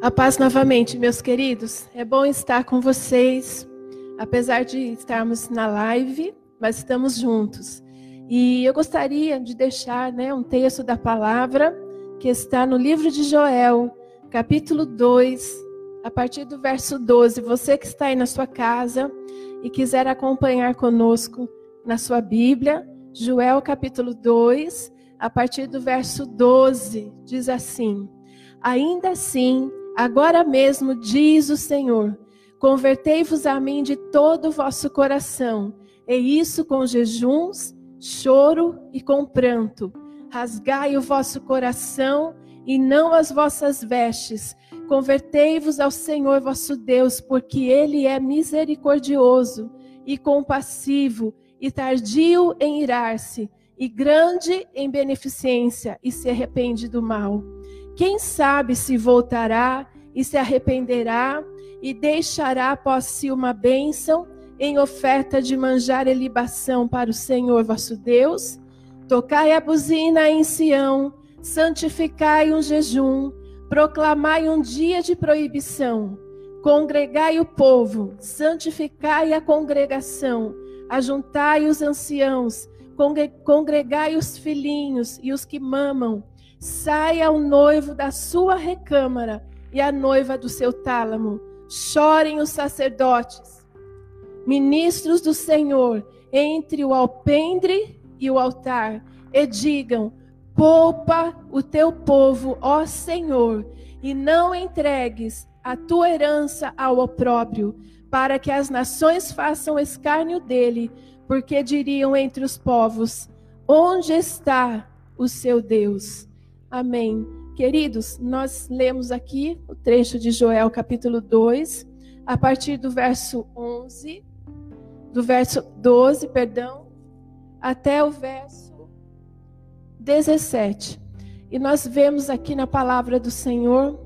A paz novamente, meus queridos. É bom estar com vocês, apesar de estarmos na live, mas estamos juntos. E eu gostaria de deixar um texto da palavra que está no livro de Joel, capítulo 2, a partir do verso 12. Você que está aí na sua casa e quiser acompanhar conosco na sua Bíblia, Joel capítulo 2, a partir do verso 12, diz assim: Ainda assim, agora mesmo diz o Senhor, convertei-vos a mim de todo o vosso coração, e isso com jejuns, choro e com pranto. Rasgai o vosso coração e não as vossas vestes. Convertei-vos ao Senhor vosso Deus, porque Ele é misericordioso e compassivo e tardio em irar-se, e grande em beneficência, e se arrepende do mal. Quem sabe se voltará e se arrependerá e deixará após si uma bênção em oferta de manjar e libação para o Senhor vosso Deus? Tocai a buzina em Sião, santificai um jejum, proclamai um dia de proibição. Congregai o povo, santificai a congregação, ajuntai os anciãos, congregai os filhinhos e os que mamam. Saia o noivo da sua recâmara e a noiva do seu tálamo. Chorem os sacerdotes, ministros do Senhor, entre o alpendre e o altar, e digam: poupa o teu povo, ó Senhor, e não entregues a tua herança ao opróbrio, para que as nações façam escárnio dele, porque diriam entre os povos: onde está o seu Deus? Amém. Queridos, nós lemos aqui o trecho de Joel capítulo 2, a partir do verso 11, do verso 12, até o verso 17. E nós vemos aqui na palavra do Senhor,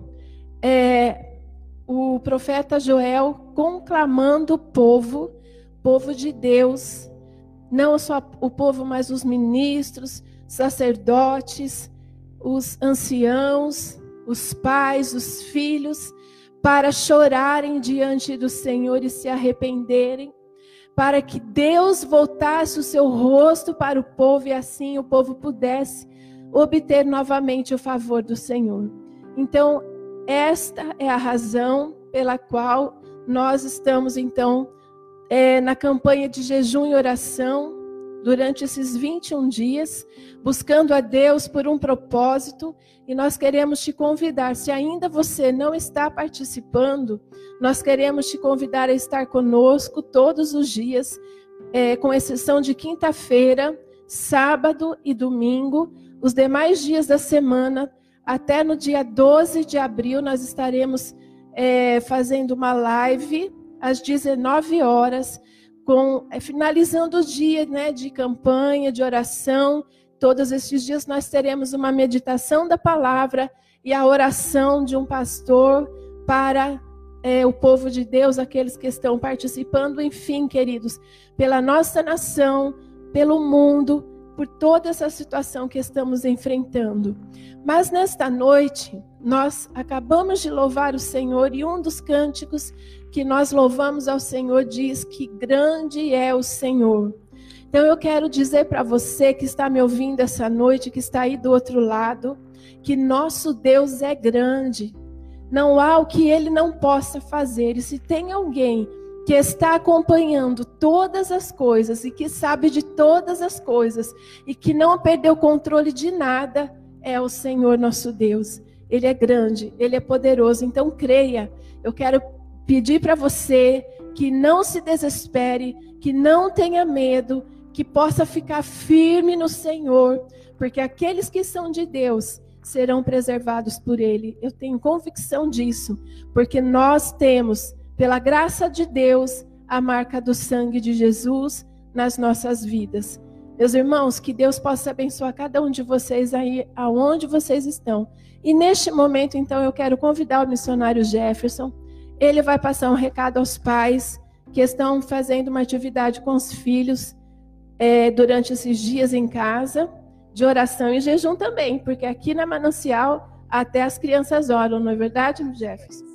o profeta Joel conclamando o povo de Deus, não só o povo, mas os ministros, sacerdotes, os anciãos, os pais, os filhos, para chorarem diante do Senhor e se arrependerem, para que Deus voltasse o seu rosto para o povo e assim o povo pudesse obter novamente o favor do Senhor. Então, esta é a razão pela qual nós estamos, na campanha de jejum e oração, durante esses 21 dias, buscando a Deus por um propósito, e nós queremos te convidar, se ainda você não está participando, nós queremos te convidar a estar conosco todos os dias, com exceção de quinta-feira, sábado e domingo, os demais dias da semana, até no dia 12 de abril, nós estaremos fazendo uma live às 19 horas, finalizando o dia de campanha, de oração. Todos esses dias nós teremos uma meditação da palavra e a oração de um pastor para o povo de Deus, aqueles que estão participando, enfim, queridos, pela nossa nação, pelo mundo, por toda essa situação que estamos enfrentando. Mas nesta noite, nós acabamos de louvar o Senhor, e um dos cânticos que nós louvamos ao Senhor diz que grande é o Senhor. Então eu quero dizer para você que está me ouvindo essa noite, que está aí do outro lado, que nosso Deus é grande. Não há o que Ele não possa fazer. E se tem alguém que está acompanhando todas as coisas e que sabe de todas as coisas e que não perdeu o controle de nada, é o Senhor nosso Deus. Ele é grande, Ele é poderoso. Então creia. Eu quero pedir para você que não se desespere, que não tenha medo, que possa ficar firme no Senhor, porque aqueles que são de Deus serão preservados por Ele. Eu tenho convicção disso, porque nós temos, pela graça de Deus, a marca do sangue de Jesus nas nossas vidas. Meus irmãos, que Deus possa abençoar cada um de vocês aí, aonde vocês estão. E neste momento, então, eu quero convidar o missionário Jefferson. Ele vai passar um recado aos pais que estão fazendo uma atividade com os filhos durante esses dias em casa, de oração e jejum também, porque aqui na Manancial até as crianças oram, não é verdade, Jefferson?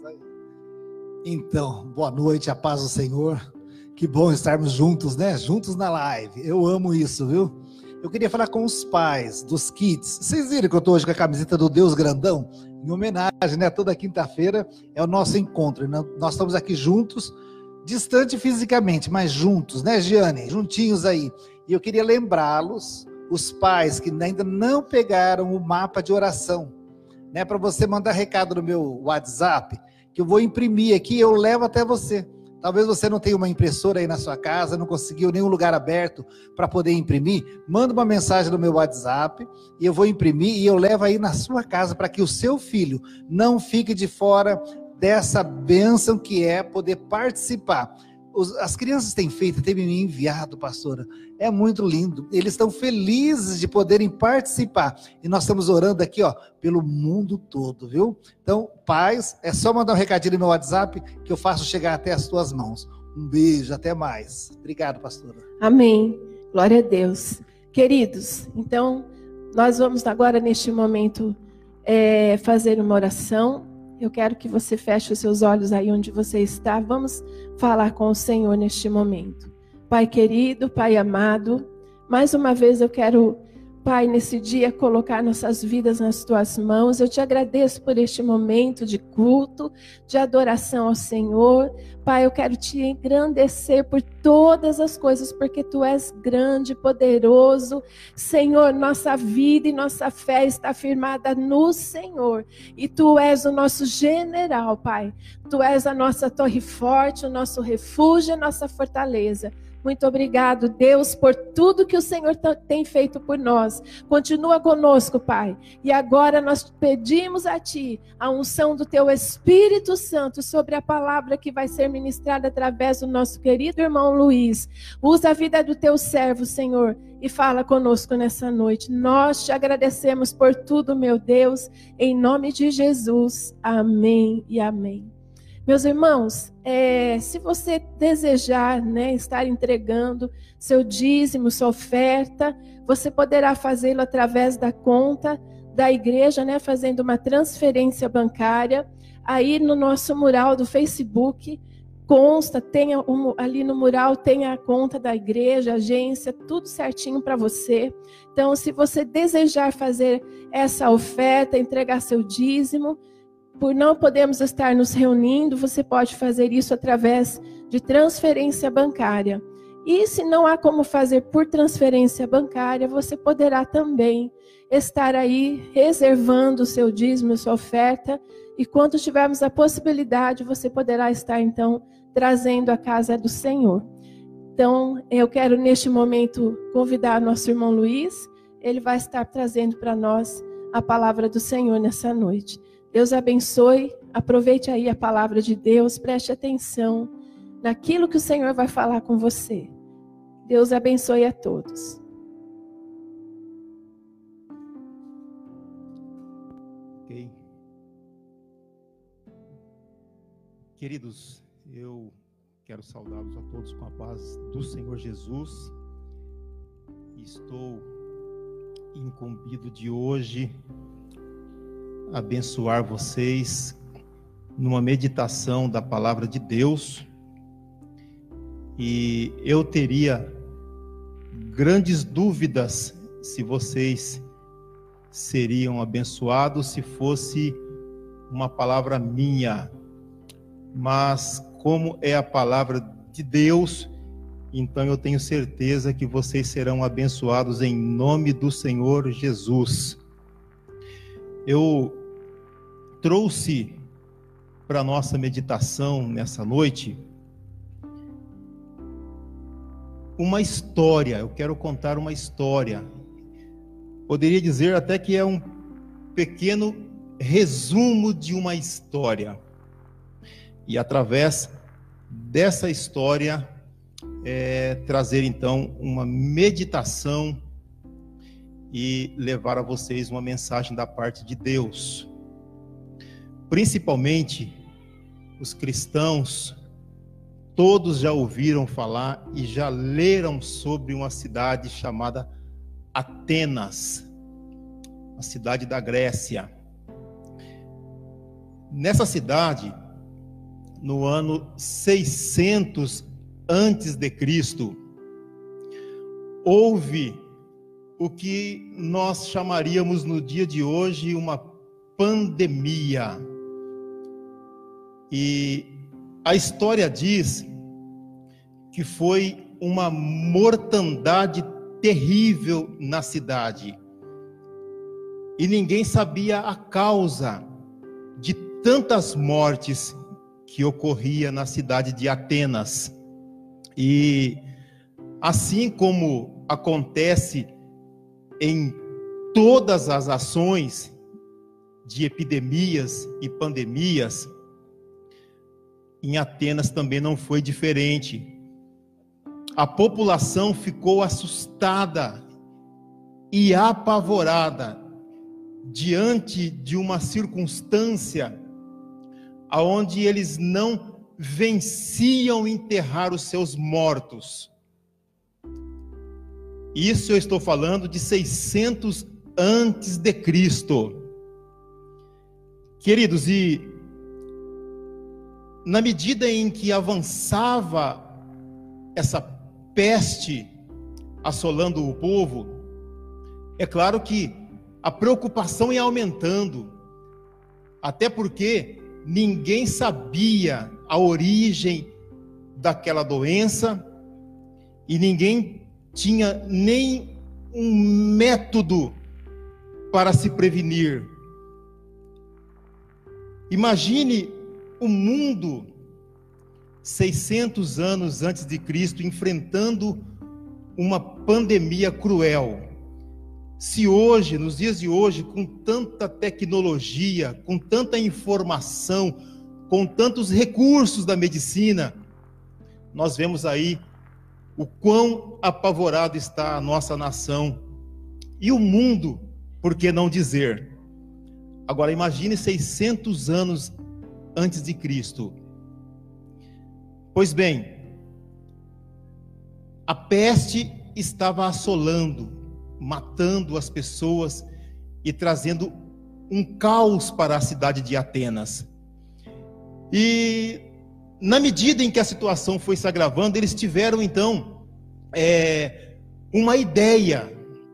Então, boa noite, a paz do Senhor. Que bom estarmos juntos, né? Juntos na live. Eu amo isso, viu? Eu queria falar com os pais dos kids. Vocês viram que eu estou hoje com a camiseta do Deus Grandão? Em homenagem, né? Toda quinta-feira é o nosso encontro. Nós estamos aqui juntos, distante fisicamente, mas juntos, né, Giane? Juntinhos aí. E eu queria lembrá-los, os pais que ainda não pegaram o mapa de oração, né? Para você mandar recado no meu WhatsApp, que eu vou imprimir aqui e eu levo até você. Talvez você não tenha uma impressora aí na sua casa, não conseguiu nenhum lugar aberto para poder imprimir. Manda uma mensagem no meu WhatsApp e eu vou imprimir e eu levo aí na sua casa para que o seu filho não fique de fora dessa bênção que é poder participar. As crianças têm feito, têm me enviado, pastora, é muito lindo, eles estão felizes de poderem participar, e nós estamos orando aqui, ó, pelo mundo todo, viu? Então, pais, é só mandar um recadinho no meu WhatsApp, que eu faço chegar até as tuas mãos. Um beijo, até mais. Obrigado, pastora. Amém, glória a Deus. Queridos, então, nós vamos agora, neste momento, fazer uma oração. Eu quero que você feche os seus olhos aí onde você está. Vamos falar com o Senhor neste momento. Pai querido, Pai amado, mais uma vez eu quero, Pai, nesse dia colocar nossas vidas nas Tuas mãos. Eu te agradeço por este momento de culto, de adoração ao Senhor. Pai, eu quero te engrandecer por todas as coisas, porque Tu és grande, poderoso. Senhor, nossa vida e nossa fé está firmada no Senhor. E Tu és o nosso general, Pai. Tu és a nossa torre forte, o nosso refúgio, a nossa fortaleza. Muito obrigado, Deus, por tudo que o Senhor tem feito por nós. Continua conosco, Pai. E agora nós pedimos a Ti a unção do Teu Espírito Santo sobre a palavra que vai ser ministrada através do nosso querido irmão Luiz. Usa a vida do Teu servo, Senhor, e fala conosco nessa noite. Nós te agradecemos por tudo, meu Deus, em nome de Jesus. Amém e amém. Meus irmãos, se você desejar, né, estar entregando seu dízimo, sua oferta, você poderá fazê-lo através da conta da igreja, né, fazendo uma transferência bancária. Aí no nosso mural do Facebook, consta, ali no mural tem a conta da igreja, agência, tudo certinho para você. Então, se você desejar fazer essa oferta, entregar seu dízimo, por não podermos estar nos reunindo, você pode fazer isso através de transferência bancária. E se não há como fazer por transferência bancária, você poderá também estar aí reservando o seu dízimo, sua oferta, e quando tivermos a possibilidade, você poderá estar então trazendo a casa do Senhor. Então, eu quero neste momento convidar nosso irmão Luiz, ele vai estar trazendo para nós a palavra do Senhor nessa noite. Deus abençoe, aproveite aí a palavra de Deus, preste atenção naquilo que o Senhor vai falar com você. Deus abençoe a todos. Ok. Queridos, eu quero saudá-los a todos com a paz do Senhor Jesus. Estou incumbido de hoje abençoar vocês numa meditação da palavra de Deus, e eu teria grandes dúvidas se vocês seriam abençoados se fosse uma palavra minha, mas como é a palavra de Deus, então eu tenho certeza que vocês serão abençoados em nome do Senhor Jesus. Eu trouxe para a nossa meditação nessa noite uma história. Eu quero contar uma história. Poderia dizer até que é um pequeno resumo de uma história. E através dessa história, trazer então uma meditação e levar a vocês uma mensagem da parte de Deus. Principalmente os cristãos, todos já ouviram falar e já leram sobre uma cidade chamada Atenas, a cidade da Grécia. nessa cidade, no ano 600 antes de Cristo, houve o que nós chamaríamos no dia de hoje uma pandemia. E a história diz que foi uma mortandade terrível na cidade. E ninguém sabia a causa de tantas mortes que ocorria na cidade de Atenas. E assim como acontece em todas as ações de epidemias e pandemias, em Atenas também não foi diferente. A população ficou assustada e apavorada diante de uma circunstância onde eles não venciam enterrar os seus mortos. Isso eu estou falando de 600 antes de Cristo. Queridos, e na medida em que avançava essa peste assolando o povo, é claro que a preocupação ia aumentando, até porque ninguém sabia a origem daquela doença e ninguém tinha nem um método para se prevenir. Imagine o mundo 600 anos antes de Cristo enfrentando uma pandemia cruel. Se hoje, nos dias de hoje, com tanta tecnologia, com tanta informação, com tantos recursos da medicina, nós vemos aí o quão apavorado está a nossa nação e o mundo, por que não dizer? Agora imagine 600 anos antes de Cristo. Pois bem, a peste estava assolando, matando as pessoas e trazendo um caos para a cidade de Atenas. E na medida em que a situação foi se agravando, eles tiveram então uma ideia,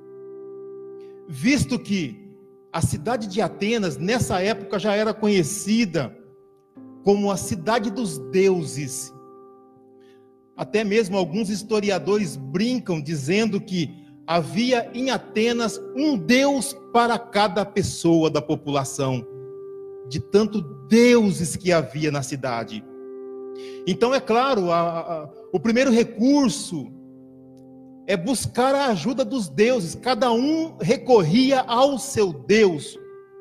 visto que a cidade de Atenas nessa época já era conhecida como a cidade dos deuses. Até mesmo alguns historiadores brincam dizendo que havia em Atenas um deus para cada pessoa da população, de tanto deuses que havia na cidade. Então, é claro, o primeiro recurso é buscar a ajuda dos deuses. Cada um recorria ao seu Deus,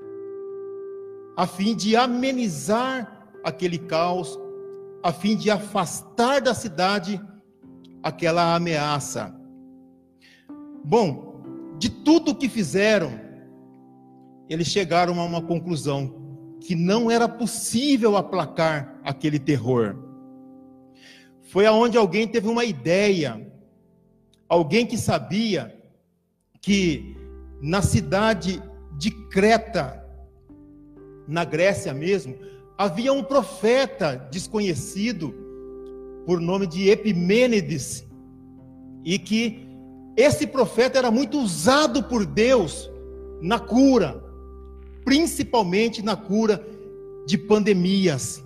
a fim de amenizar aquele caos, a fim de afastar da cidade aquela ameaça. Bom, de tudo o que fizeram, eles chegaram a uma conclusão, que não era possível aplacar aquele terror. Foi aonde alguém teve uma ideia, alguém que sabia que na cidade de Creta, na Grécia mesmo, havia um profeta desconhecido, por nome de Epimênides, e que esse profeta era muito usado por Deus na cura, principalmente na cura de pandemias.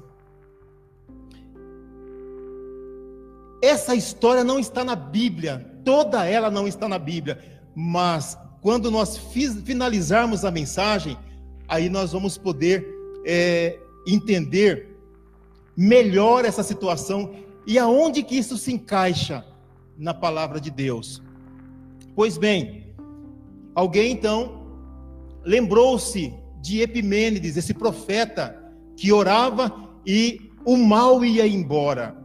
Essa história não está na Bíblia, toda ela não está na Bíblia, mas quando nós finalizarmos a mensagem, aí nós vamos poder entender melhor essa situação e aonde que isso se encaixa na palavra de Deus. Pois bem, alguém então lembrou-se de Epimênides, esse profeta que orava e o mal ia embora.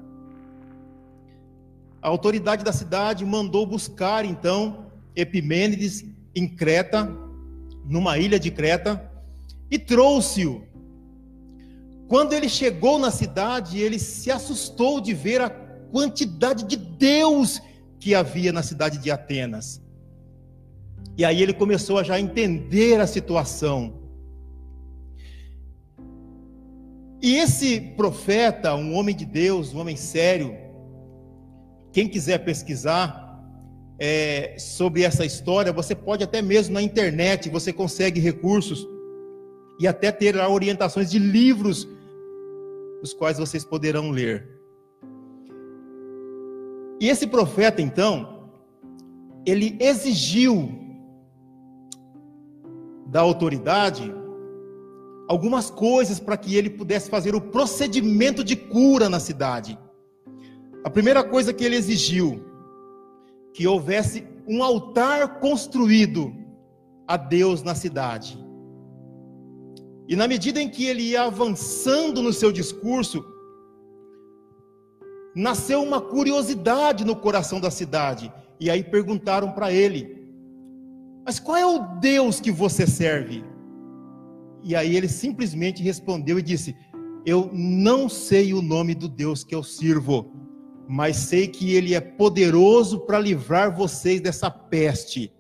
A autoridade da cidade mandou buscar então Epimênides em Creta, numa ilha de Creta, e trouxe-o. Quando ele chegou na cidade, ele se assustou de ver a quantidade de Deus que havia na cidade de Atenas. E aí ele começou a já entender a situação. E esse profeta, um homem de Deus, um homem sério, quem quiser pesquisar sobre essa história, você pode até mesmo na internet, você consegue recursos e até ter lá orientações de livros, os quais vocês poderão ler. E esse profeta, então, ele exigiu da autoridade algumas coisas para que ele pudesse fazer o procedimento de cura na cidade. A primeira coisa que ele exigiu, que houvesse um altar construído a Deus na cidade. E na medida em que ele ia avançando no seu discurso, nasceu uma curiosidade no coração da cidade. E aí perguntaram para ele: mas qual é o Deus que você serve? E aí ele simplesmente respondeu e disse: eu não sei o nome do Deus que eu sirvo, mas sei que ele é poderoso para livrar vocês dessa peste.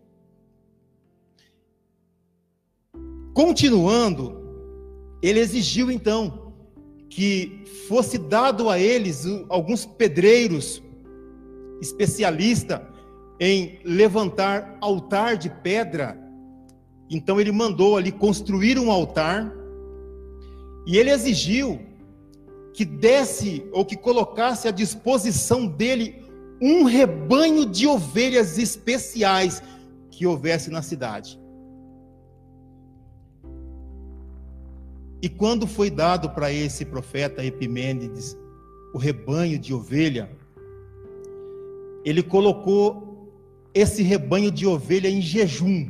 Continuando, ele exigiu então que fosse dado a eles alguns pedreiros especialistas em levantar altar de pedra. Então ele mandou ali construir um altar, e ele exigiu que desse ou que colocasse à disposição dele um rebanho de ovelhas especiais que houvesse na cidade. E quando foi dado para esse profeta Epimênides o rebanho de ovelha, ele colocou esse rebanho de ovelha em jejum.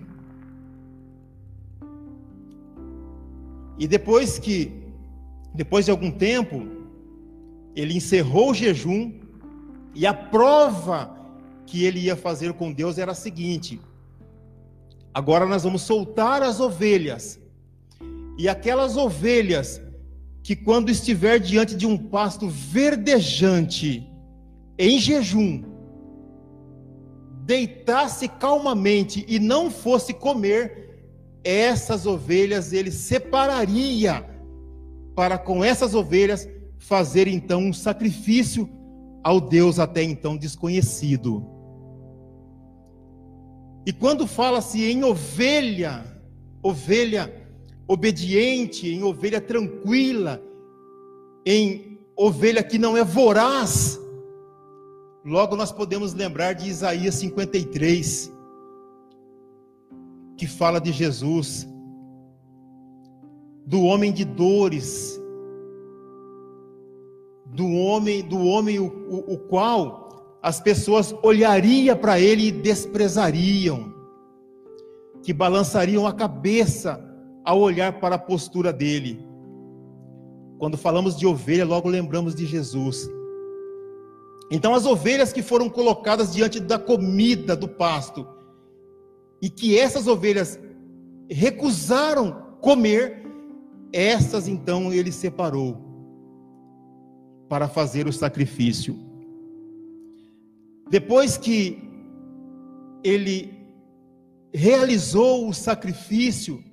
E depois de algum tempo, ele encerrou o jejum, e a prova que ele ia fazer com Deus era a seguinte: agora nós vamos soltar as ovelhas, e aquelas ovelhas que quando estiver diante de um pasto verdejante, em jejum, deitasse calmamente e não fosse comer, essas ovelhas ele separaria para com essas ovelhas fazer então um sacrifício ao Deus até então desconhecido. E quando fala-se em ovelha obediente, em ovelha tranquila, em ovelha que não é voraz, logo nós podemos lembrar de Isaías 53, que fala de Jesus, do homem de dores, do homem o qual as pessoas olhariam para ele e desprezariam, que balançariam a cabeça ao olhar para a postura dele. Quando falamos de ovelha, logo lembramos de Jesus. Então as ovelhas que foram colocadas diante da comida, do pasto, e que essas ovelhas recusaram comer, essas então ele separou para fazer o sacrifício. Depois que ele realizou o sacrifício,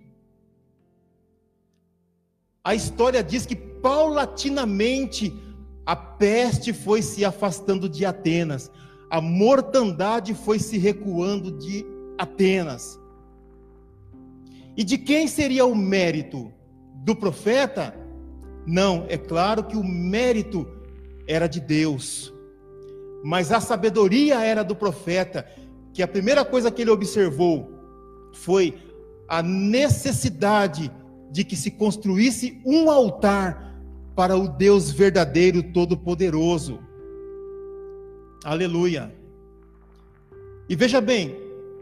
a história diz que paulatinamente a peste foi se afastando de Atenas, a mortandade foi se recuando de Atenas. E de quem seria o mérito? Do profeta? Não, é claro que o mérito era de Deus, mas a sabedoria era do profeta, que a primeira coisa que ele observou foi a necessidade de que se construísse um altar para o Deus verdadeiro, todo-poderoso. Aleluia. E veja bem,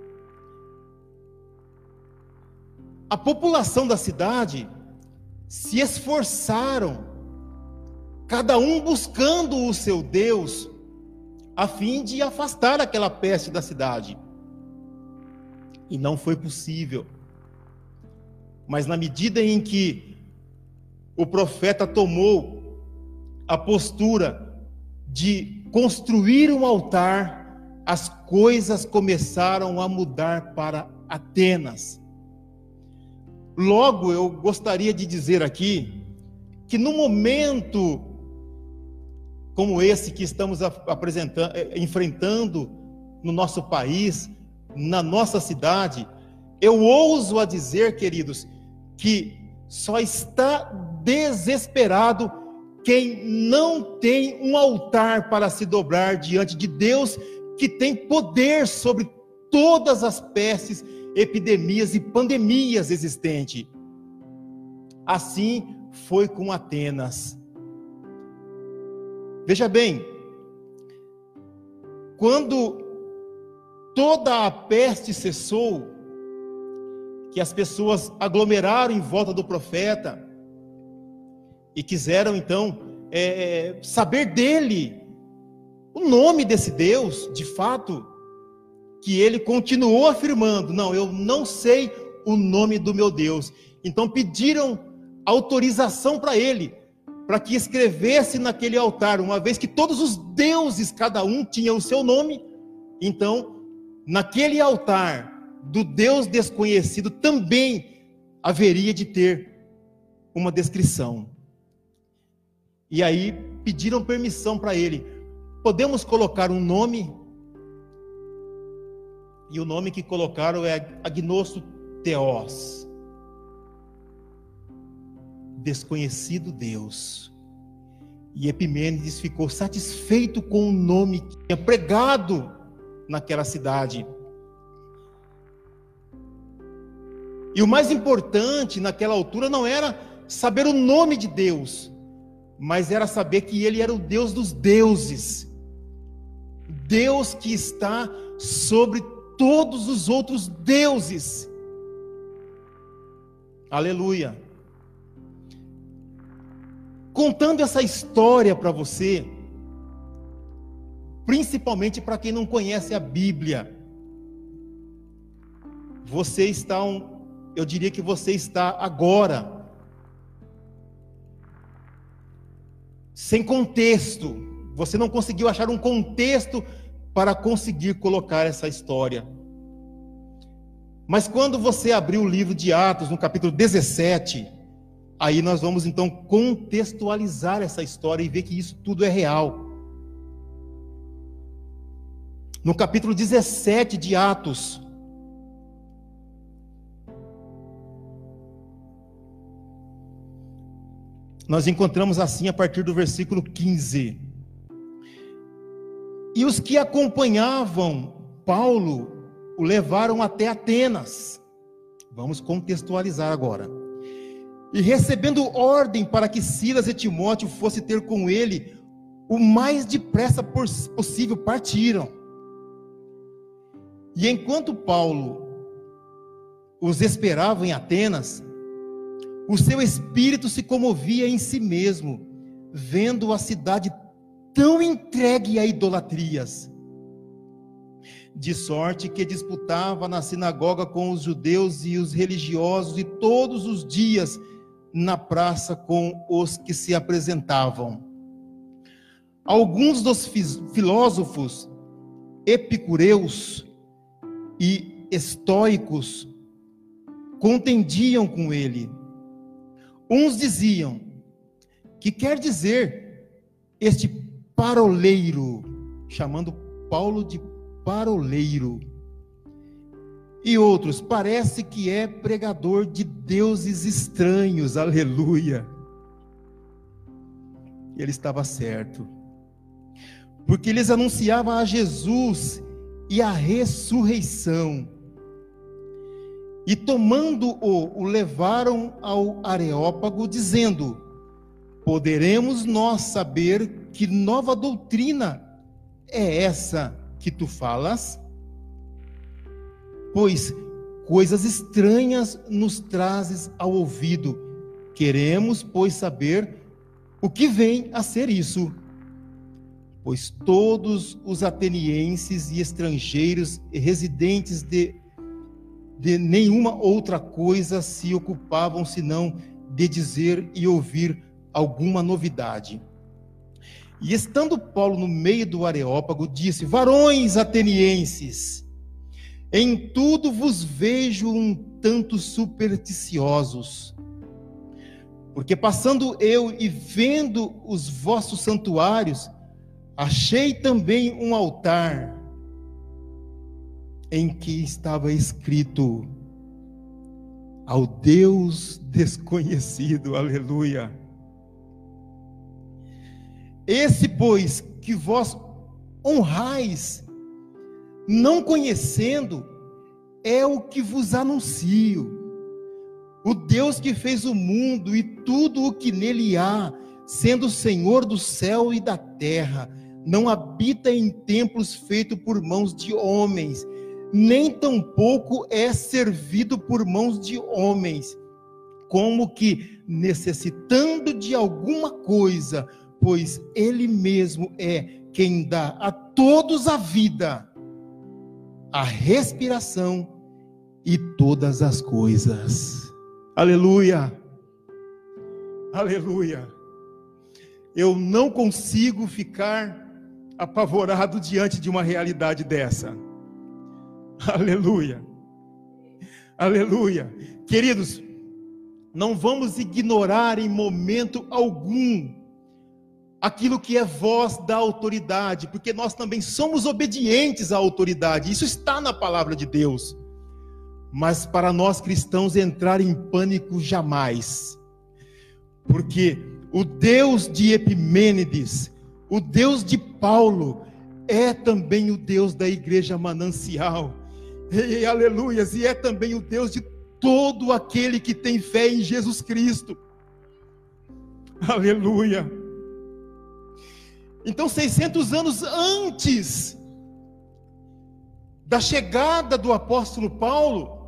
a população da cidade se esforçaram, cada um buscando o seu Deus, a fim de afastar aquela peste da cidade. E não foi possível. Mas na medida em que o profeta tomou a postura de construir um altar, as coisas começaram a mudar para Atenas. Logo, eu gostaria de dizer aqui que no momento como esse que estamos enfrentando no nosso país, na nossa cidade, eu ouso a dizer, queridos, que só está desesperado quem não tem um altar para se dobrar diante de Deus, que tem poder sobre todas as pestes, epidemias e pandemias existentes. Assim foi com Atenas. Veja bem, quando toda a peste cessou, que as pessoas aglomeraram em volta do profeta e quiseram então saber dele, o nome desse Deus, de fato, que ele continuou afirmando: não, eu não sei o nome do meu Deus. Então pediram autorização para ele, para que escrevesse naquele altar, uma vez que todos os deuses, cada um tinha o seu nome. Então, naquele altar do Deus desconhecido também haveria de ter uma descrição. E aí pediram permissão para ele: podemos colocar um nome? E o nome que colocaram é Agnosto Theos, desconhecido Deus. E Epimênides ficou satisfeito com o nome que tinha pregado naquela cidade. E o mais importante naquela altura não era saber o nome de Deus, mas era saber que ele era o Deus dos deuses, Deus que está sobre todos os outros deuses. Aleluia. Contando essa história para você, principalmente para quem não conhece a Bíblia, eu diria que você está agora sem contexto. Você não conseguiu achar um contexto para conseguir colocar essa história. Mas quando você abrir o livro de Atos, no capítulo 17, aí nós vamos então contextualizar essa história e ver que isso tudo é real. No capítulo 17 de Atos, nós encontramos assim a partir do versículo 15. E os que acompanhavam Paulo o levaram até Atenas. Vamos contextualizar agora. E recebendo ordem para que Silas e Timóteo fossem ter com ele, o mais depressa possível partiram. E enquanto Paulo os esperava em Atenas, o seu espírito se comovia em si mesmo, vendo a cidade tão entregue a idolatrias, de sorte que disputava na sinagoga com os judeus e os religiosos, e todos os dias na praça com os que se apresentavam. Alguns dos filósofos epicureus e estoicos contendiam com ele. Uns diziam: que quer dizer este paroleiro, chamando Paulo de paroleiro. E outros: parece que é pregador de deuses estranhos. Aleluia. Ele estava certo, porque eles anunciavam a Jesus e a ressurreição. E tomando-o, o levaram ao Areópago, dizendo: poderemos nós saber que nova doutrina é essa que tu falas? Pois coisas estranhas nos trazes ao ouvido. Queremos, pois, saber o que vem a ser isso. Pois todos os atenienses e estrangeiros e residentes de nenhuma outra coisa se ocupavam senão de dizer e ouvir alguma novidade. E estando Paulo no meio do Areópago, disse: varões atenienses, em tudo vos vejo um tanto supersticiosos. Porque passando eu e vendo os vossos santuários, achei também um altar em que estava escrito: ao Deus desconhecido, aleluia. Esse, pois, que vós honrais, não conhecendo, é o que vos anuncio. O Deus que fez o mundo e tudo o que nele há, sendo o Senhor do céu e da terra, não habita em templos feitos por mãos de homens, nem tampouco é servido por mãos de homens, como que necessitando de alguma coisa, pois Ele mesmo é quem dá a todos a vida, a respiração e todas as coisas. Aleluia, aleluia. Eu não consigo ficar apavorado diante de uma realidade dessa. Aleluia, aleluia. Queridos, não vamos ignorar em momento algum aquilo que é voz da autoridade, porque nós também somos obedientes à autoridade, isso está na palavra de Deus. Mas para nós cristãos entrar em pânico jamais, porque o Deus de Epimênides, o Deus de Paulo, é também o Deus da igreja Manancial, e aleluias, e é também o Deus de todo aquele que tem fé em Jesus Cristo, aleluia. Então 600 anos antes da chegada do apóstolo Paulo,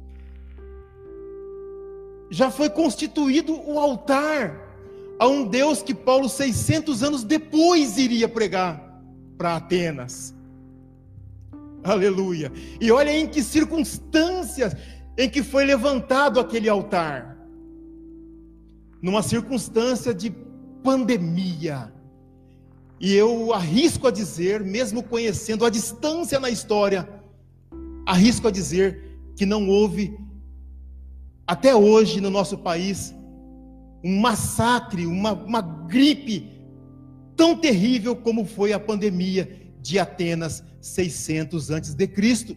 já foi constituído o altar a um Deus que Paulo 600 anos depois iria pregar para Atenas. Aleluia. E olha em que circunstâncias em que foi levantado aquele altar. Numa circunstância de pandemia. E eu arrisco a dizer, mesmo conhecendo a distância na história, arrisco a dizer que não houve até hoje no nosso país um massacre, uma gripe tão terrível como foi a pandemia de Atenas 600 antes de Cristo.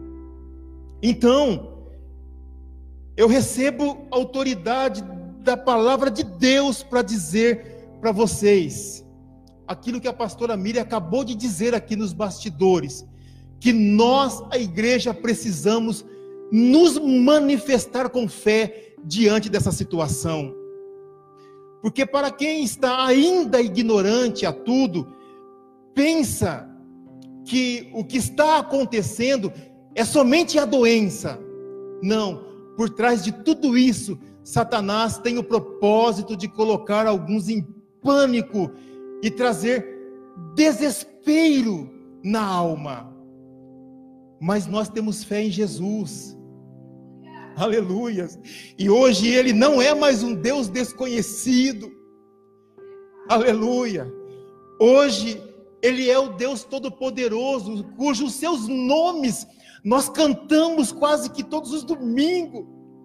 Então, eu recebo autoridade da palavra de Deus para dizer para vocês aquilo que a pastora Miriam acabou de dizer aqui nos bastidores, que nós, a igreja, precisamos nos manifestar com fé diante dessa situação. Porque para quem está ainda ignorante a tudo, pensa que o que está acontecendo é somente a doença. Não, por trás de tudo isso, Satanás tem o propósito de colocar alguns em pânico e trazer desespero na alma. Mas nós temos fé em Jesus. Aleluia. E hoje Ele não é mais um Deus desconhecido. Aleluia. Hoje Ele é o Deus Todo-Poderoso, cujos seus nomes nós cantamos quase que todos os domingos.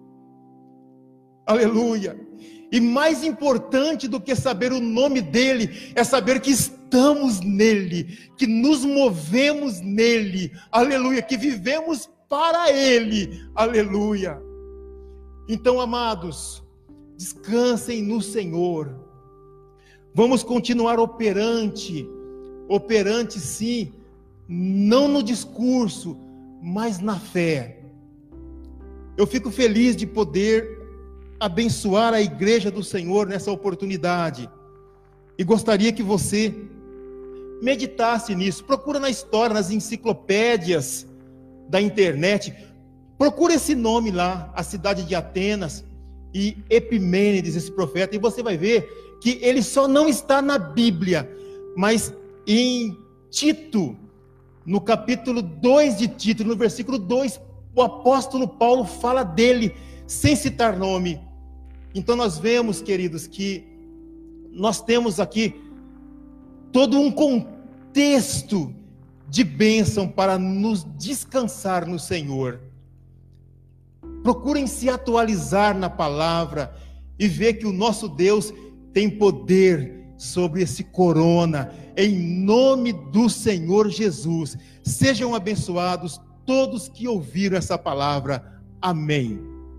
Aleluia. E mais importante do que saber o nome dele, é saber que estamos nele, que nos movemos nele, aleluia, que vivemos para ele, aleluia. Então, amados, descansem no Senhor. Vamos continuar operante sim, não no discurso, mas na fé. Eu fico feliz de poder abençoar a igreja do Senhor nessa oportunidade, e gostaria que você meditasse nisso. Procura na história, nas enciclopédias da internet, procura esse nome lá, a cidade de Atenas e Epimênides, esse profeta, e você vai ver que ele só não está na Bíblia, mas em Tito, no capítulo 2 de Tito, no versículo 2, o apóstolo Paulo fala dele, sem citar nome. Então nós vemos, queridos, que nós temos aqui todo um contexto de bênção para nos descansar no Senhor. Procurem se atualizar na palavra, e ver que o nosso Deus tem poder sobre esse corona, em nome do Senhor Jesus. Sejam abençoados todos que ouviram essa palavra. Amém.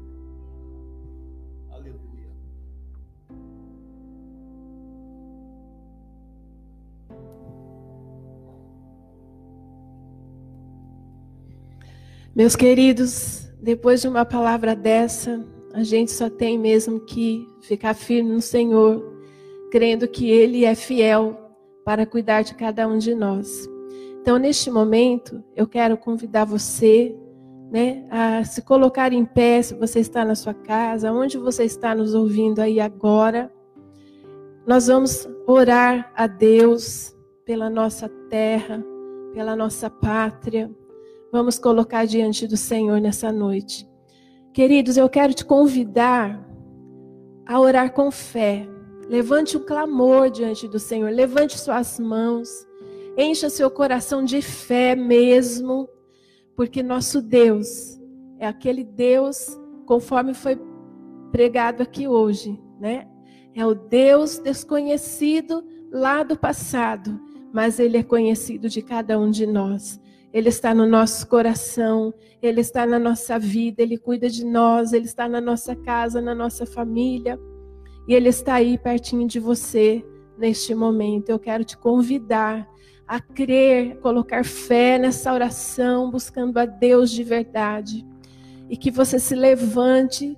Aleluia. Meus queridos, depois de uma palavra dessa, a gente só tem mesmo que ficar firme no Senhor, crendo que Ele é fiel para cuidar de cada um de nós. Então, neste momento, eu quero convidar você, a se colocar em pé, se você está na sua casa, onde você está nos ouvindo aí agora. Nós vamos orar a Deus pela nossa terra, pela nossa pátria. Vamos colocar diante do Senhor nessa noite. Queridos, eu quero te convidar a orar com fé. Levante um clamor diante do Senhor. Levante suas mãos. Encha seu coração de fé mesmo. Porque nosso Deus é aquele Deus, conforme foi pregado aqui hoje, É o Deus desconhecido lá do passado, mas Ele é conhecido de cada um de nós. Ele está no nosso coração, Ele está na nossa vida, Ele cuida de nós, Ele está na nossa casa, na nossa família. E Ele está aí pertinho de você neste momento. Eu quero te convidar a crer, colocar fé nessa oração, buscando a Deus de verdade. E que você se levante,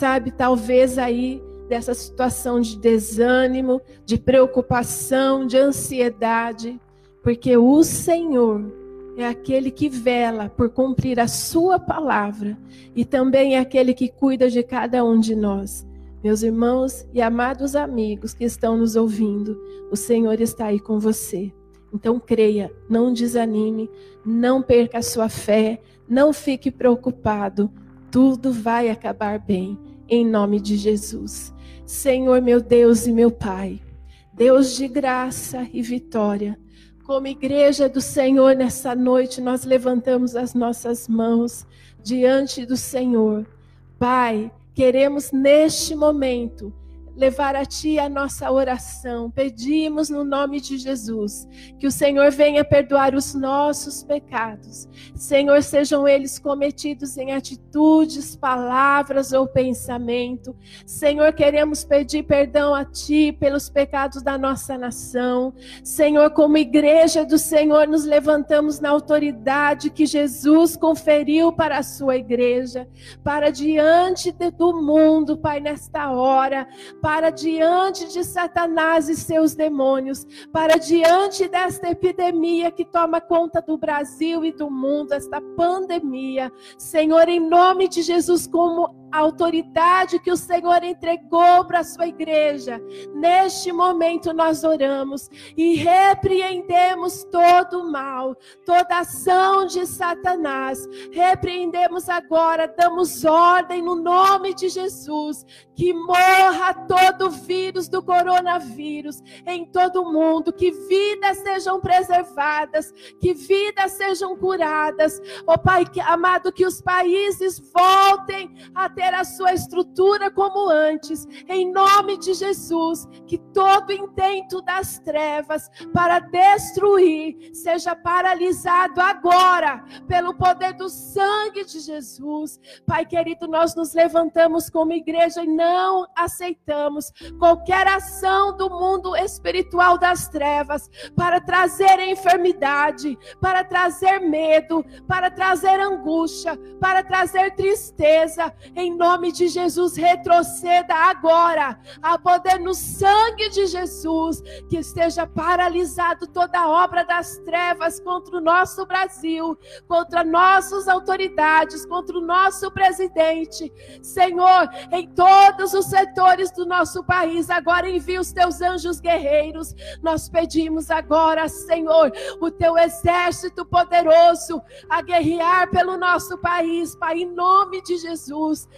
talvez aí dessa situação de desânimo, de preocupação, de ansiedade. Porque o Senhor é aquele que vela por cumprir a sua palavra. E também é aquele que cuida de cada um de nós. Meus irmãos e amados amigos que estão nos ouvindo, o Senhor está aí com você. Então creia, não desanime, não perca a sua fé, não fique preocupado. Tudo vai acabar bem, em nome de Jesus. Senhor, meu Deus e meu Pai, Deus de graça e vitória, como igreja do Senhor nessa noite, nós levantamos as nossas mãos diante do Senhor. Pai, queremos neste momento levar a Ti a nossa oração. Pedimos no nome de Jesus que o Senhor venha perdoar os nossos pecados. Senhor, sejam eles cometidos em atitudes, palavras ou pensamento. Senhor, queremos pedir perdão a Ti pelos pecados da nossa nação. Senhor, como igreja do Senhor, nos levantamos na autoridade que Jesus conferiu para a sua igreja, para diante do mundo, Pai, nesta hora, para diante de Satanás e seus demônios, para diante desta epidemia que toma conta do Brasil e do mundo, esta pandemia. Senhor, em nome de Jesus, como a autoridade que o Senhor entregou para a sua igreja, neste momento nós oramos e repreendemos todo o mal, toda ação de Satanás. Repreendemos agora, damos ordem no nome de Jesus, que morra todo o vírus do coronavírus em todo o mundo, que vidas sejam preservadas, que vidas sejam curadas. Ó Pai amado, que os países voltem a ter a sua estrutura como antes, em nome de Jesus. Que todo intento das trevas para destruir seja paralisado agora pelo poder do sangue de Jesus. Pai querido, nós nos levantamos como igreja e não aceitamos qualquer ação do mundo espiritual das trevas para trazer enfermidade, para trazer medo, para trazer angústia, para trazer tristeza. Em nome de Jesus, retroceda agora, a poder no sangue de Jesus, que esteja paralisado toda a obra das trevas contra o nosso Brasil, contra nossas autoridades, contra o nosso presidente. Senhor, em todos os setores do nosso país, agora envia os teus anjos guerreiros. Nós pedimos agora, Senhor, o teu exército poderoso a guerrear pelo nosso país, Pai, em nome de Jesus.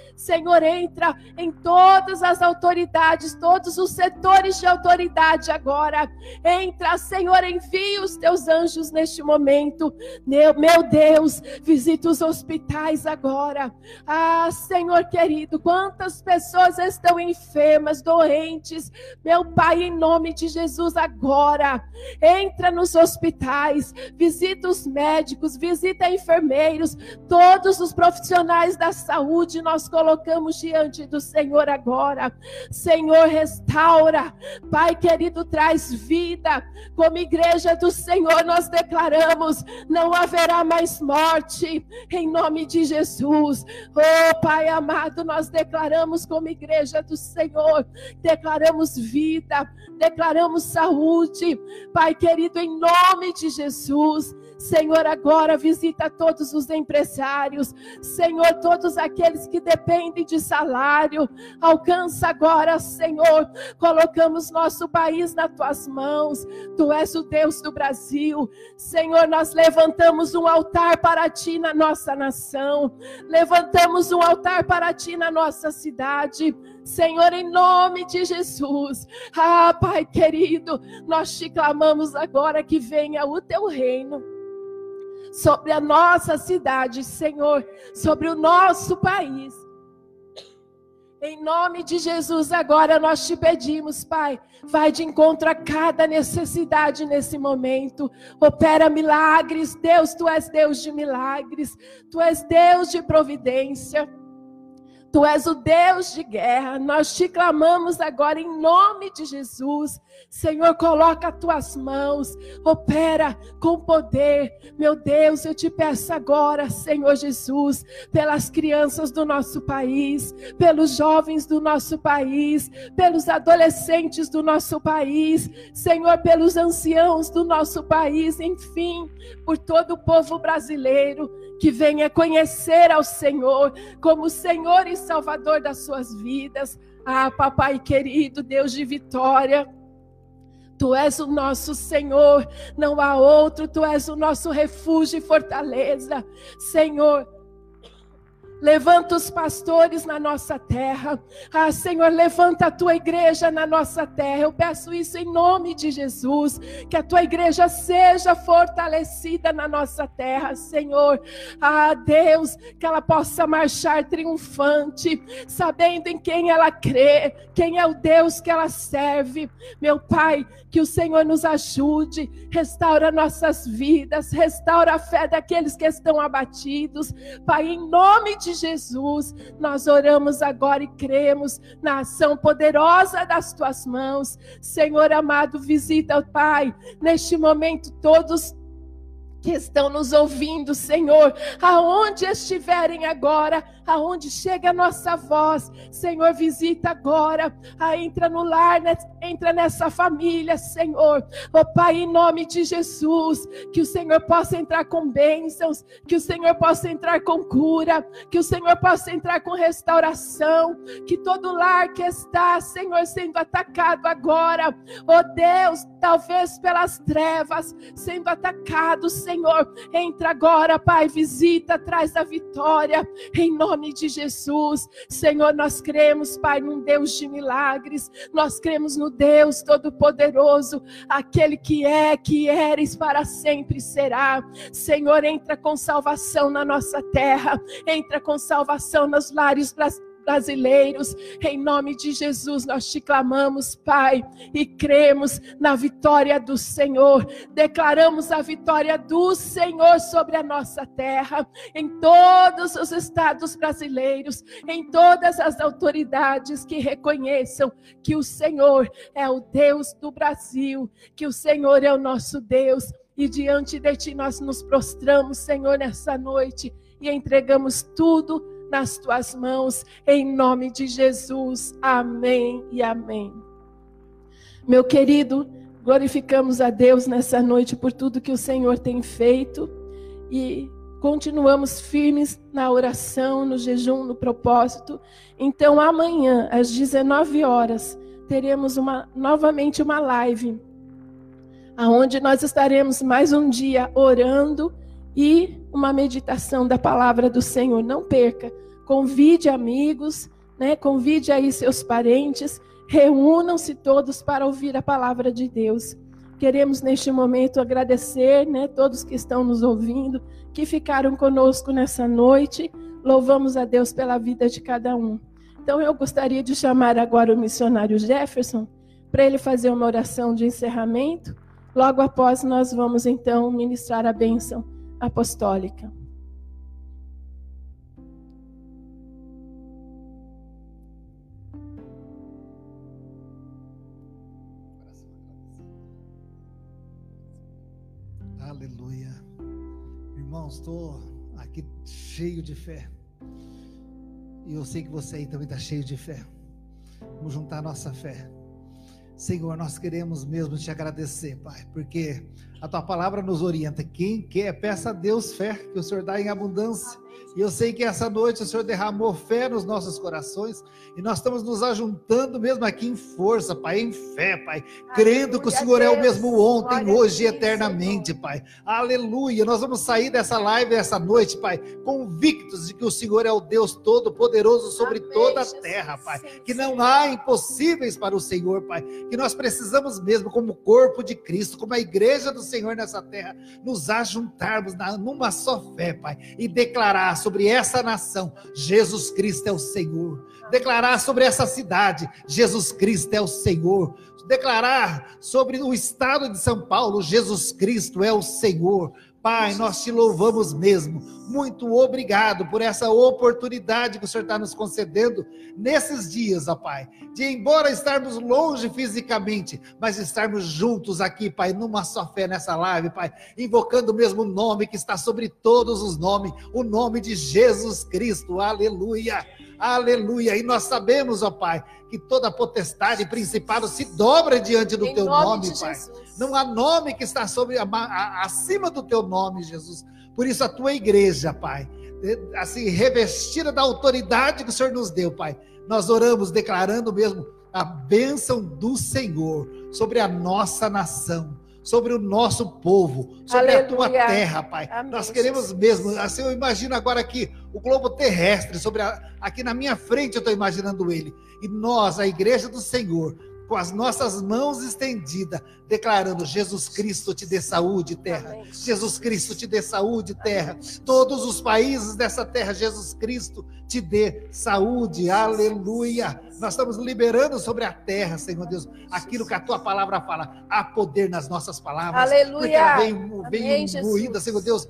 Senhor, entra em todas as autoridades, todos os setores de autoridade agora. Entra, Senhor, envia os teus anjos neste momento. Meu Deus, visita os hospitais agora. Ah, Senhor querido, quantas pessoas estão enfermas, doentes. Meu Pai, em nome de Jesus, agora, entra nos hospitais, visita os médicos, visita enfermeiros, todos os profissionais da saúde, nós colocamos diante do Senhor agora. Senhor, restaura. Pai querido, traz vida. Como igreja do Senhor, nós declaramos, não haverá mais morte, em nome de Jesus. Oh, Pai amado, nós declaramos como igreja do Senhor, declaramos vida, declaramos saúde. Pai querido, em nome de Jesus, Senhor, agora visita todos os empresários, Senhor, todos aqueles que dependem de salário, alcança agora, Senhor, colocamos nosso país nas tuas mãos, tu és o Deus do Brasil, Senhor, nós levantamos um altar para ti na nossa nação, levantamos um altar para ti na nossa cidade, Senhor, em nome de Jesus. Ah, Pai querido, nós te clamamos agora que venha o teu reino sobre a nossa cidade, Senhor, sobre o nosso país. Em nome de Jesus, agora nós te pedimos, Pai, vai de encontro a cada necessidade nesse momento. Opera milagres, Deus, tu és Deus de milagres, tu és Deus de providência. Tu és o Deus de guerra, nós te clamamos agora em nome de Jesus. Senhor, coloca as tuas mãos, opera com poder. Meu Deus, eu te peço agora, Senhor Jesus, pelas crianças do nosso país, pelos jovens do nosso país, pelos adolescentes do nosso país, Senhor, pelos anciãos do nosso país, enfim, por todo o povo brasileiro, que venha conhecer ao Senhor como Senhor e Salvador das suas vidas. Ah, Papai querido, Deus de vitória, tu és o nosso Senhor, não há outro, tu és o nosso refúgio e fortaleza. Senhor, levanta os pastores na nossa terra. Ah, Senhor, levanta a tua igreja na nossa terra. Eu peço isso em nome de Jesus. Que a tua igreja seja fortalecida na nossa terra, Senhor. Ah, Deus, que ela possa marchar triunfante, sabendo em quem ela crê, quem é o Deus que ela serve. Meu Pai, que o Senhor nos ajude, restaura nossas vidas, restaura a fé daqueles que estão abatidos. Pai, em nome de Jesus, nós oramos agora e cremos na ação poderosa das tuas mãos. Senhor amado, visita, Pai, neste momento todos que estão nos ouvindo, Senhor, aonde estiverem agora, aonde chega a nossa voz, Senhor, visita agora, entra no lar, entra nessa família, Senhor, ó Pai, em nome de Jesus, que o Senhor possa entrar com bênçãos, que o Senhor possa entrar com cura, que o Senhor possa entrar com restauração, que todo lar que está, Senhor, sendo atacado agora, ó Deus, talvez pelas trevas, sendo atacado, Senhor, entra agora, Pai, visita, traz a vitória, em nome de Jesus. Senhor, nós cremos, Pai, num Deus de milagres, nós cremos no Deus Todo-Poderoso, aquele que é, que eres, para sempre será. Senhor, entra com salvação na nossa terra, entra com salvação nos lares brasileiros, em nome de Jesus nós te clamamos, Pai, e cremos na vitória do Senhor, declaramos a vitória do Senhor sobre a nossa terra, em todos os estados brasileiros, em todas as autoridades que reconheçam que o Senhor é o Deus do Brasil, que o Senhor é o nosso Deus, e diante de ti nós nos prostramos, Senhor, nessa noite, e entregamos tudo nas tuas mãos, em nome de Jesus, amém e amém. Meu querido, glorificamos a Deus nessa noite por tudo que o Senhor tem feito, e continuamos firmes na oração, no jejum, no propósito. Então amanhã, às 19 horas, teremos novamente uma live, onde nós estaremos mais um dia orando, e uma meditação da palavra do Senhor. Não perca, convide amigos, né? Convide aí seus parentes, reúnam-se todos para ouvir a palavra de Deus. Queremos neste momento agradecer, né, todos que estão nos ouvindo, que ficaram conosco nessa noite. Louvamos a Deus pela vida de cada um. Então eu gostaria de chamar agora o missionário Jefferson para ele fazer uma oração de encerramento. Logo após nós vamos então ministrar a bênção apostólica. Aleluia. Irmãos, estou aqui cheio de fé. E eu sei que você aí também está cheio de fé. Vamos juntar a nossa fé. Senhor, nós queremos mesmo te agradecer, Pai, porque a tua palavra nos orienta. Quem quer, peça a Deus fé, que o Senhor dá em abundância. E eu sei que essa noite o Senhor derramou fé nos nossos corações, e nós estamos nos ajuntando mesmo aqui em força, Pai, em fé, Pai, crendo que o Senhor é o mesmo ontem, hoje e eternamente, Pai. Aleluia. Nós vamos sair dessa live essa noite, Pai, convictos de que o Senhor é o Deus Todo-Poderoso sobre toda a terra, Pai, que não há impossíveis para o Senhor, Pai, que nós precisamos mesmo, como corpo de Cristo, como a igreja do Senhor nessa terra, nos ajuntarmos numa só fé, Pai, e declarar sobre essa nação, Jesus Cristo é o Senhor. Declarar sobre essa cidade, Jesus Cristo é o Senhor. Declarar sobre o estado de São Paulo, Jesus Cristo é o Senhor. Pai, nós te louvamos mesmo. Muito obrigado por essa oportunidade que o Senhor está nos concedendo nesses dias, ó Pai, de embora estarmos longe fisicamente, mas estarmos juntos aqui, Pai, numa só fé nessa live, Pai, invocando o mesmo nome que está sobre todos os nomes, o nome de Jesus Cristo. Aleluia. Aleluia. E nós sabemos, ó Pai, que toda potestade e principado se dobra diante do teu nome, Pai. Não há nome que está acima do teu nome, Jesus. Por isso a tua igreja, Pai, assim, revestida da autoridade que o Senhor nos deu, Pai, nós oramos declarando mesmo a bênção do Senhor sobre a nossa nação, sobre o nosso povo, sobre Aleluia. A tua terra, Pai. Amém. Nós queremos mesmo, assim, eu imagino agora aqui o globo terrestre, aqui na minha frente eu estou imaginando ele, e nós, a igreja do Senhor, com as nossas mãos estendidas, declarando: Jesus Cristo te dê saúde, terra. Amém. Jesus Cristo te dê saúde, terra. Amém. Todos os países dessa terra, Jesus Cristo te dê saúde. Aleluia. Nós estamos liberando sobre a terra, Senhor Deus, aquilo que a tua palavra fala. Há poder nas nossas palavras. Aleluia. Porque ela vem imbuída, Senhor Deus,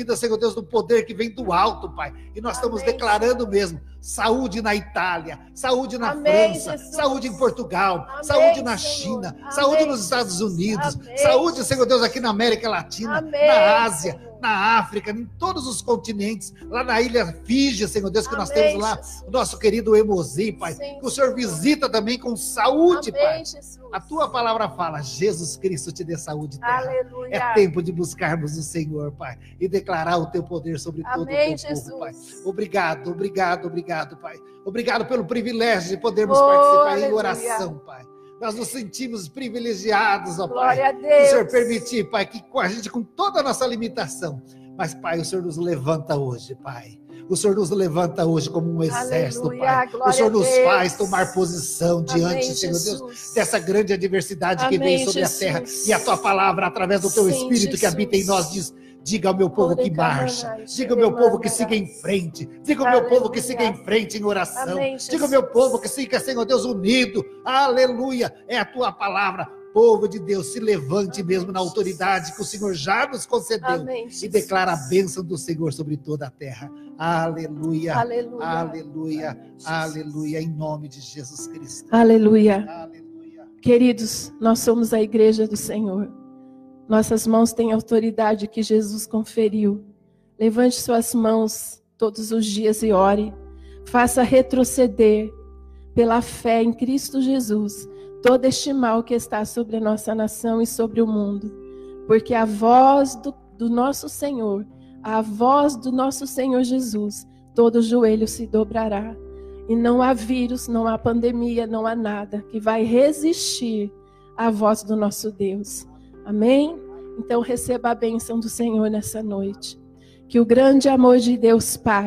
do poder que vem do alto, Pai. E nós estamos declarando mesmo saúde na Itália, saúde na França, Jesus. Saúde em Portugal, saúde na China, saúde nos Estados Unidos, saúde, Senhor Deus, aqui na América Latina, na Ásia, na África, em todos os continentes, lá na ilha Fiji, Senhor Deus, que nós temos lá o nosso querido Emozi, Pai, que o Senhor visita também com saúde, Pai. A tua palavra fala: Jesus Cristo te dê saúde, terra. Aleluia. É tempo de buscarmos o Senhor, Pai, e declarar o teu poder sobre todo o teu povo, Pai. Obrigado, obrigado, obrigado, Pai. Obrigado pelo privilégio de podermos participar aleluia. Em oração, Pai. Nós nos sentimos privilegiados, ó Pai. Glória a Deus. O Senhor permitir, Pai, que com a gente, com toda a nossa limitação, mas, Pai, o Senhor nos levanta hoje, Pai. O Senhor nos levanta hoje como um exército, aleluia, Pai. O Senhor nos faz tomar posição diante, amém, Senhor Deus, dessa grande adversidade amém, que vem sobre Jesus. A terra. E a tua palavra, através do teu sim, Espírito Jesus. Que habita em nós, diz: diga ao meu povo que marcha, diga ao meu povo que siga em frente, diga ao meu povo que siga em frente em oração, amém, diga ao meu povo que siga, Senhor Deus, unido, aleluia, é a tua palavra. Povo de Deus, se levante mesmo na autoridade que o Senhor já nos concedeu, amém, e declara a bênção do Senhor sobre toda a terra. Aleluia, aleluia, aleluia, aleluia, em nome de Jesus Cristo. Aleluia. Aleluia. Queridos, nós somos a igreja do Senhor. Nossas mãos têm a autoridade que Jesus conferiu. Levante suas mãos todos os dias e ore. Faça retroceder pela fé em Cristo Jesus todo este mal que está sobre a nossa nação e sobre o mundo. Porque a voz do nosso Senhor, a voz do nosso Senhor Jesus, todo joelho se dobrará. E não há vírus, não há pandemia, não há nada que vai resistir à voz do nosso Deus. Amém? Então receba a bênção do Senhor nessa noite. Que o grande amor de Deus Pai,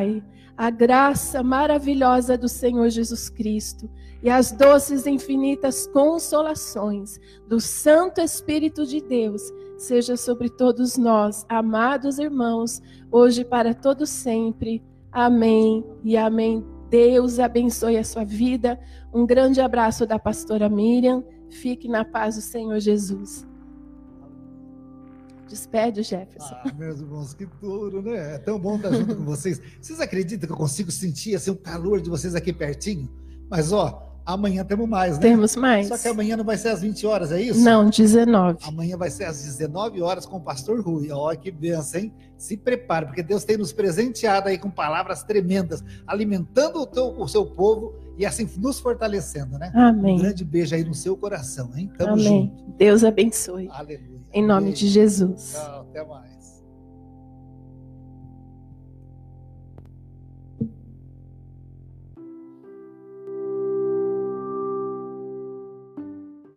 a graça maravilhosa do Senhor Jesus Cristo e as doces e infinitas consolações do Santo Espírito de Deus seja sobre todos nós, amados irmãos, hoje e para todo sempre. Amém e amém. Deus abençoe a sua vida. Um grande abraço da pastora Miriam. Fique na paz do Senhor Jesus. Despede, Jefferson. Meus irmãos, que duro, né? É tão bom estar junto com vocês. Vocês acreditam que eu consigo sentir assim, o calor de vocês aqui pertinho? Mas, amanhã temos mais, né? Temos mais. Só que amanhã não vai ser às 20 horas, é isso? Não, 19. Amanhã vai ser às 19 horas com o pastor Rui. Que benção, hein? Se prepare, porque Deus tem nos presenteado aí com palavras tremendas, alimentando o seu povo e assim nos fortalecendo, né? Amém. Um grande beijo aí no seu coração, hein? Tamo Amém. junto. Deus abençoe. Aleluia. Em nome de Jesus. Tchau, até mais.